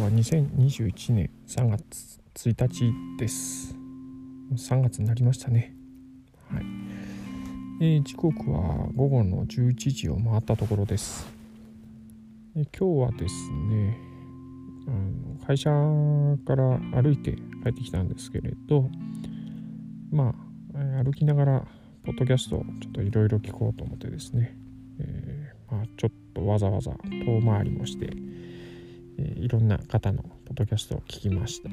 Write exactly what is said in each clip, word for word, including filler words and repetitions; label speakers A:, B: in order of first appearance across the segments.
A: はにせんにじゅういちねんさんがつついたちです。さんがつになりましたね。はい。えー、時刻は午後のじゅういちじを回ったところです。えー、今日はですね、あの会社から歩いて帰ってきたんですけれど、まあ、えー、歩きながらポッドキャストをちょっといろいろ聞こうと思ってですね、えーまあ、ちょっとわざわざ遠回りもして、えー、いろんな方のポッドキャストを聞きました。うん、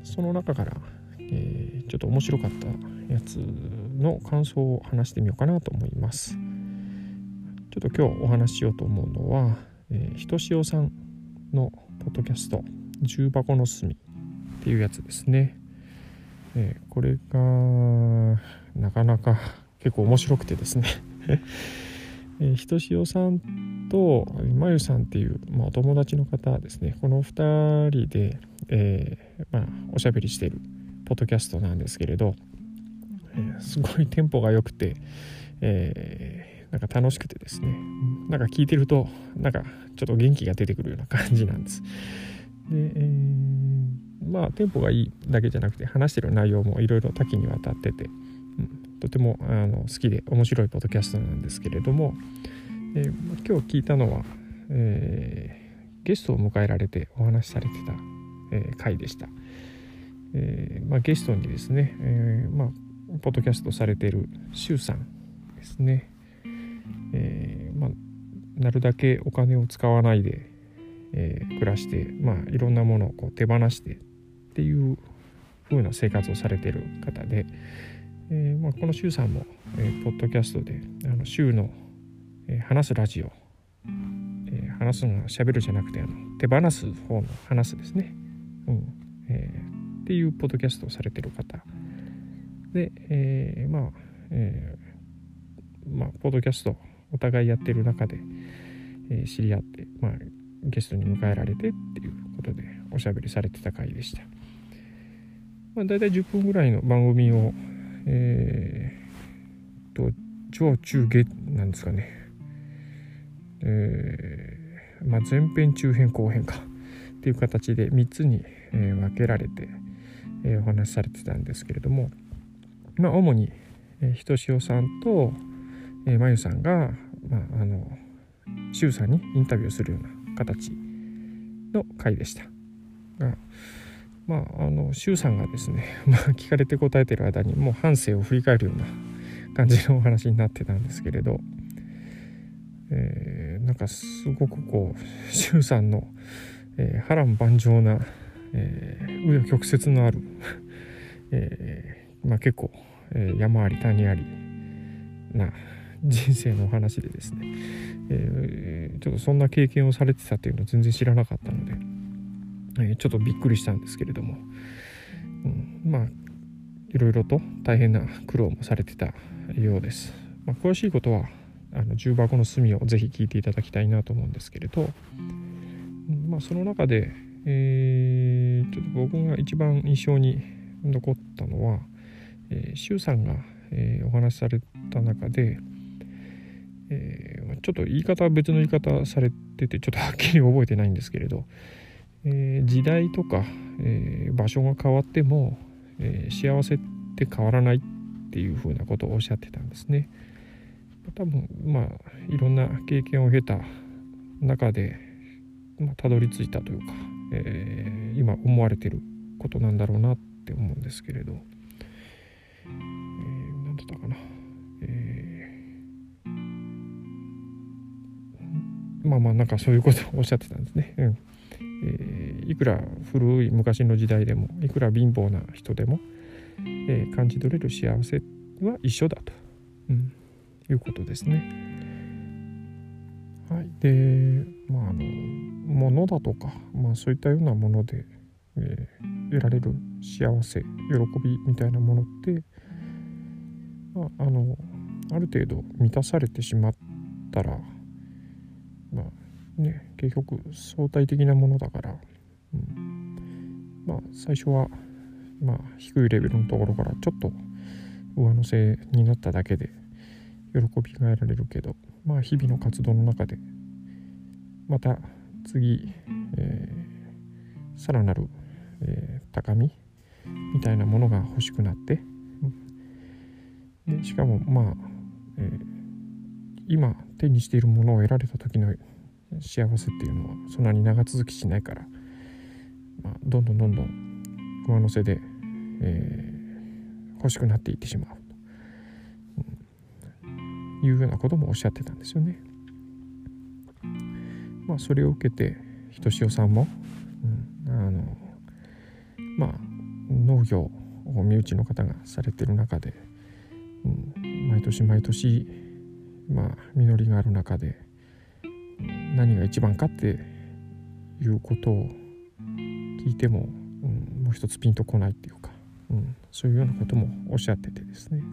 A: その中から、えー、ちょっと面白かったやつの感想を話してみようかなと思います。ちょっと今日お話ししようと思うのは、えー、ひとしおさんのポッドキャスト重箱の隅っていうやつですね。えー、これがなかなか結構面白くてですねえー、ひとしおさんとまゆさんっていう、まあ、お友達の方ですね。このふたりで、えーまあ、おしゃべりしているポッドキャストなんですけれど、えー、すごいテンポが良くて、えー、なんか楽しくてですね、なんか聞いてるとなんかちょっと元気が出てくるような感じなんです。で、えー、まあテンポがいいだけじゃなくて話してる内容もいろいろ多岐にわたってて、うん、とてもあの好きで面白いポッドキャストなんですけれども、えー、今日聞いたのは、えー、ゲストを迎えられてお話しされてた、えー、回でした。えーまあ、ゲストにですね、えーまあ、ポッドキャストされているシュウさんですね、えーまあ、なるだけお金を使わないで、えー、暮らして、まあ、いろんなものをこう手放してっていう風な生活をされている方で、えーまあ、このシュウさんも、えー、ポッドキャストであのシュウの、えー、話すラジオ、えー、話すのは喋るじゃなくてあの手放す方の話すですね、うんえーっていうポッドキャストをされている方で、えー、まあ、えー、まあポッドキャストお互いやってる中で、えー、知り合って、まあ、ゲストに迎えられてっていうことでおしゃべりされてた回でした。まあ、だいたいじゅっぷんぐらいの番組を、えー、と上中下なんですかね、えーまあ、前編中編後編かっていう形でみっつに、えー、分けられてえー、お話しされてたんですけれども、まあ、主に、えー、ひとしおさんと、えー、まゆさんが、まあ、あのしゅうさんにインタビューするような形の回でしたが、まあ、あのしゅうさんがですね、まあ、聞かれて答えてる間にもう半生を振り返るような感じのお話になってたんですけれど、えー、なんかすごくこうしゅうさんの、えー、波乱万丈な紆余、えー、曲折のある、えーまあ、結構、えー、山あり谷ありな人生のお話でですね、えー、ちょっとそんな経験をされてたっていうのを全然知らなかったので、えー、ちょっとびっくりしたんですけれども、うん、まあいろいろと大変な苦労もされてたようです。まあ、詳しいことはあの重箱の隅をぜひ聞いていただきたいなと思うんですけれど、まあ、その中でえー、ちょっと僕が一番印象に残ったのは、えー、シュウさんが、えー、お話しされた中で、えー、ちょっと言い方は別の言い方されててちょっとはっきり覚えてないんですけれど、えー、時代とか、えー、場所が変わっても、えー、幸せって変わらないっていうふうなことをおっしゃってたんですね。多分まあいろんな経験を経た中で、まあ、たどり着いたというか、えー、今思われてることなんだろうなって思うんですけれど、えー、何だったかな、えー、まあまあなんかそういうことをおっしゃってたんですね、うんえー、いくら古い昔の時代でもいくら貧乏な人でも、えー、感じ取れる幸せは一緒だと、うん、いうことですね。はい、でまああの物だとか、まあ、そういったようなもので、えー、得られる幸せ喜びみたいなものって、まあ、あのある程度満たされてしまったら、まあね、結局相対的なものだから、うん、まあ最初は、まあ、低いレベルのところからちょっと上乗せになっただけで喜びが得られるけど、まあ、日々の活動の中でまた次、えさらなる、えー、高みみたいなものが欲しくなって、でしかもまあ、えー、今手にしているものを得られた時の幸せっていうのはそんなに長続きしないから、まあ、どんどんどんどん上乗せで、えー、欲しくなっていってしまうと、うん、いうようなこともおっしゃってたんですよね。まあそれを受けてひとしおさんも、うん、あのまあ農業を身内の方がされてる中で、うん、毎年毎年まあ実りがある中で何が一番かっていうことを聞いても、うん、もう一つピンとこないっていうか、うん、そういうようなこともおっしゃっててですね、うん、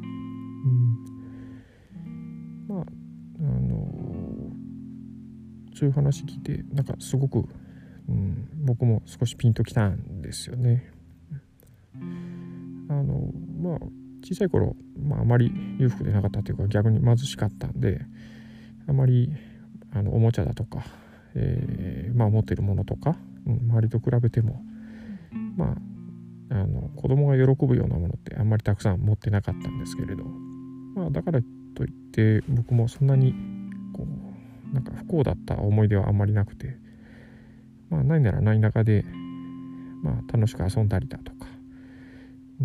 A: まああのそういう話聞いてなんかすごく、うん、僕も少しピンときたんですよね。あのまあ小さい頃、まあ、あまり裕福でなかったというか逆に貧しかったんで、あまりあのおもちゃだとか、えーまあ、持っているものとか、うん、周りと比べてもまああの子供が喜ぶようなものってあんまりたくさん持ってなかったんですけれど、まあ、だからといって僕もそんなにこうなんか不幸だった思い出はあんまりなくて、まあないならない中で、まあ、楽しく遊んだりだとか、うん、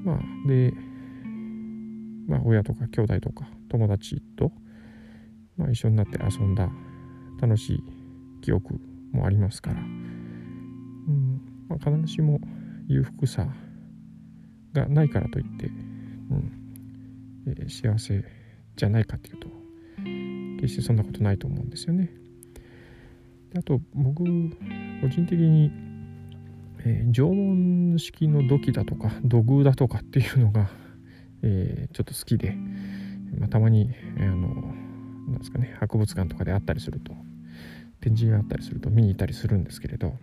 A: まあで、まあ、親とか兄弟とか友達と、まあ、一緒になって遊んだ楽しい記憶もありますから、うんまあ、必ずしも裕福さがないからといって、うんえー、幸せじゃないかというと決してそんなことないと思うんですよね。あと僕個人的に、えー、縄文式の土器だとか土偶だとかっていうのが、えー、ちょっと好きで、まあ、たまに、えー、あのなんですかね、博物館とかであったりすると展示があったりすると見に行ったりするんですけれど、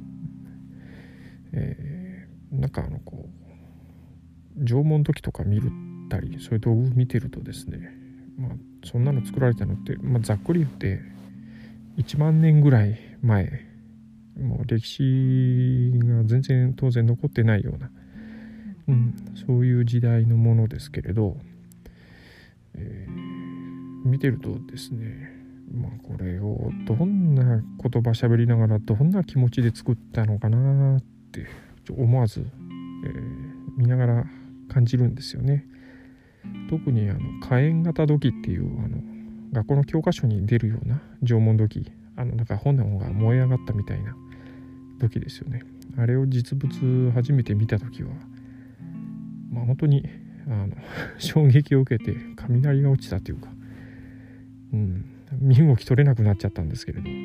A: えー、なんかあのこう縄文土器とか見るたりそういう道具見てるとですね、まあ、そんなの作られたのって、まあ、ざっくり言っていちまんねんぐらい前、もう歴史が全然当然残ってないような、うん、そういう時代のものですけれど、えー、見てるとですね、まあ、これをどんな言葉喋りながらどんな気持ちで作ったのかなって思わず、えー、見ながら感じるんですよね。特にあの火炎型土器っていうあの学校の教科書に出るような縄文土器、あのなんか炎が燃え上がったみたいな土器ですよね。あれを実物初めて見た時は、まあ、本当にあの衝撃を受けて雷が落ちたというか、うん、身動き取れなくなっちゃったんですけれど、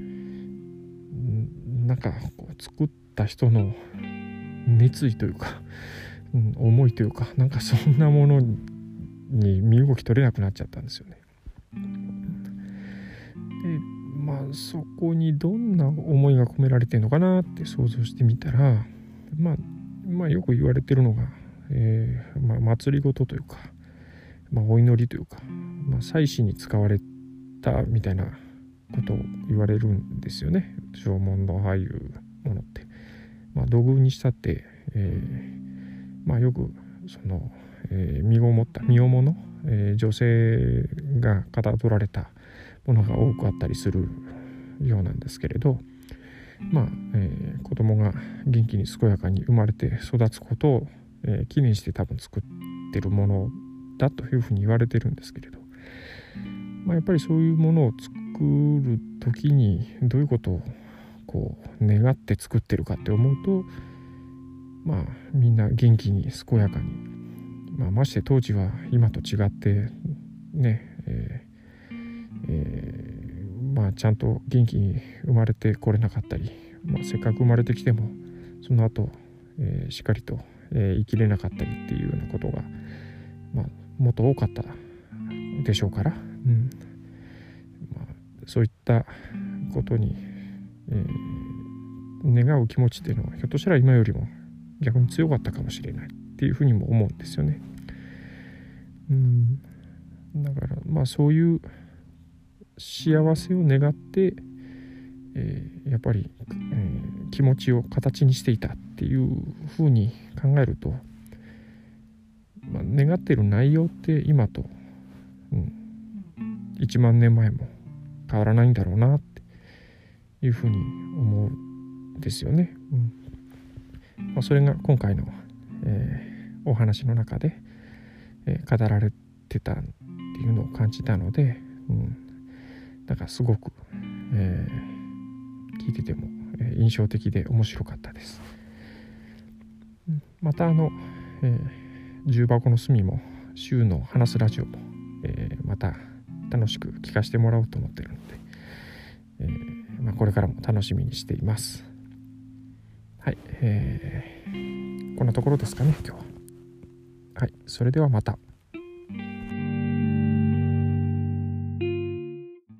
A: なんかこう作った人の熱意というか、うん、思いというか、なんかそんなものに身動き取れなくなっちゃったんですよね。でまあそこにどんな思いが込められてるのかなって想像してみたら、まあ、まあよく言われてるのが、えーまあ、祭りごとというか、まあ、お祈りというか、まあ、祭祀に使われたみたいなことを言われるんですよね、縄文のああいうものって。まあ、土偶にしたって、えー、まあよくその、えー、身ごもった身重の、えー、女性がかたどられたものが多くあったりするようなんですけれど、まあ、えー、子供が元気に健やかに生まれて育つことを、えー、記念して多分作ってるものだというふうに言われてるんですけれど、まあ、やっぱりそういうものを作る時にどういうことをこう願って作ってるかって思うと、まあみんな元気に健やかに、まあ、まして当時は今と違ってね、えーえー、まあちゃんと元気に生まれてこれなかったり、まあ、せっかく生まれてきてもその後、えー、しっかりと、えー、生きれなかったりっていうようなことが、まあ、もっと多かったでしょうから、うんまあ、そういったことに、えー、願う気持ちっていうのはひょっとしたら今よりも逆に強かったかもしれないっていうふうにも思うんですよね。うん、だからまあそういう幸せを願って、えー、やっぱり、えー、 気持ちを形にしていたっていうふうに考えると、まあ、願っている内容って今と、うん、いちまんねんまえも変わらないんだろうなっていうふうに思うんですよね。うんまあ、それが今回の、えー、お話の中で、えー、語られてたっていうのを感じたので、うん、だからすごく、えー、聞いてても、えー、印象的で面白かったです。うん、またあの、えー、重箱の隅も週の話すラジオも、えー、また楽しく聞かせてもらおうと思ってるので、えーまあ、これからも楽しみにしています。はい、えー、こんなところですかね今日は。はい、それではまた。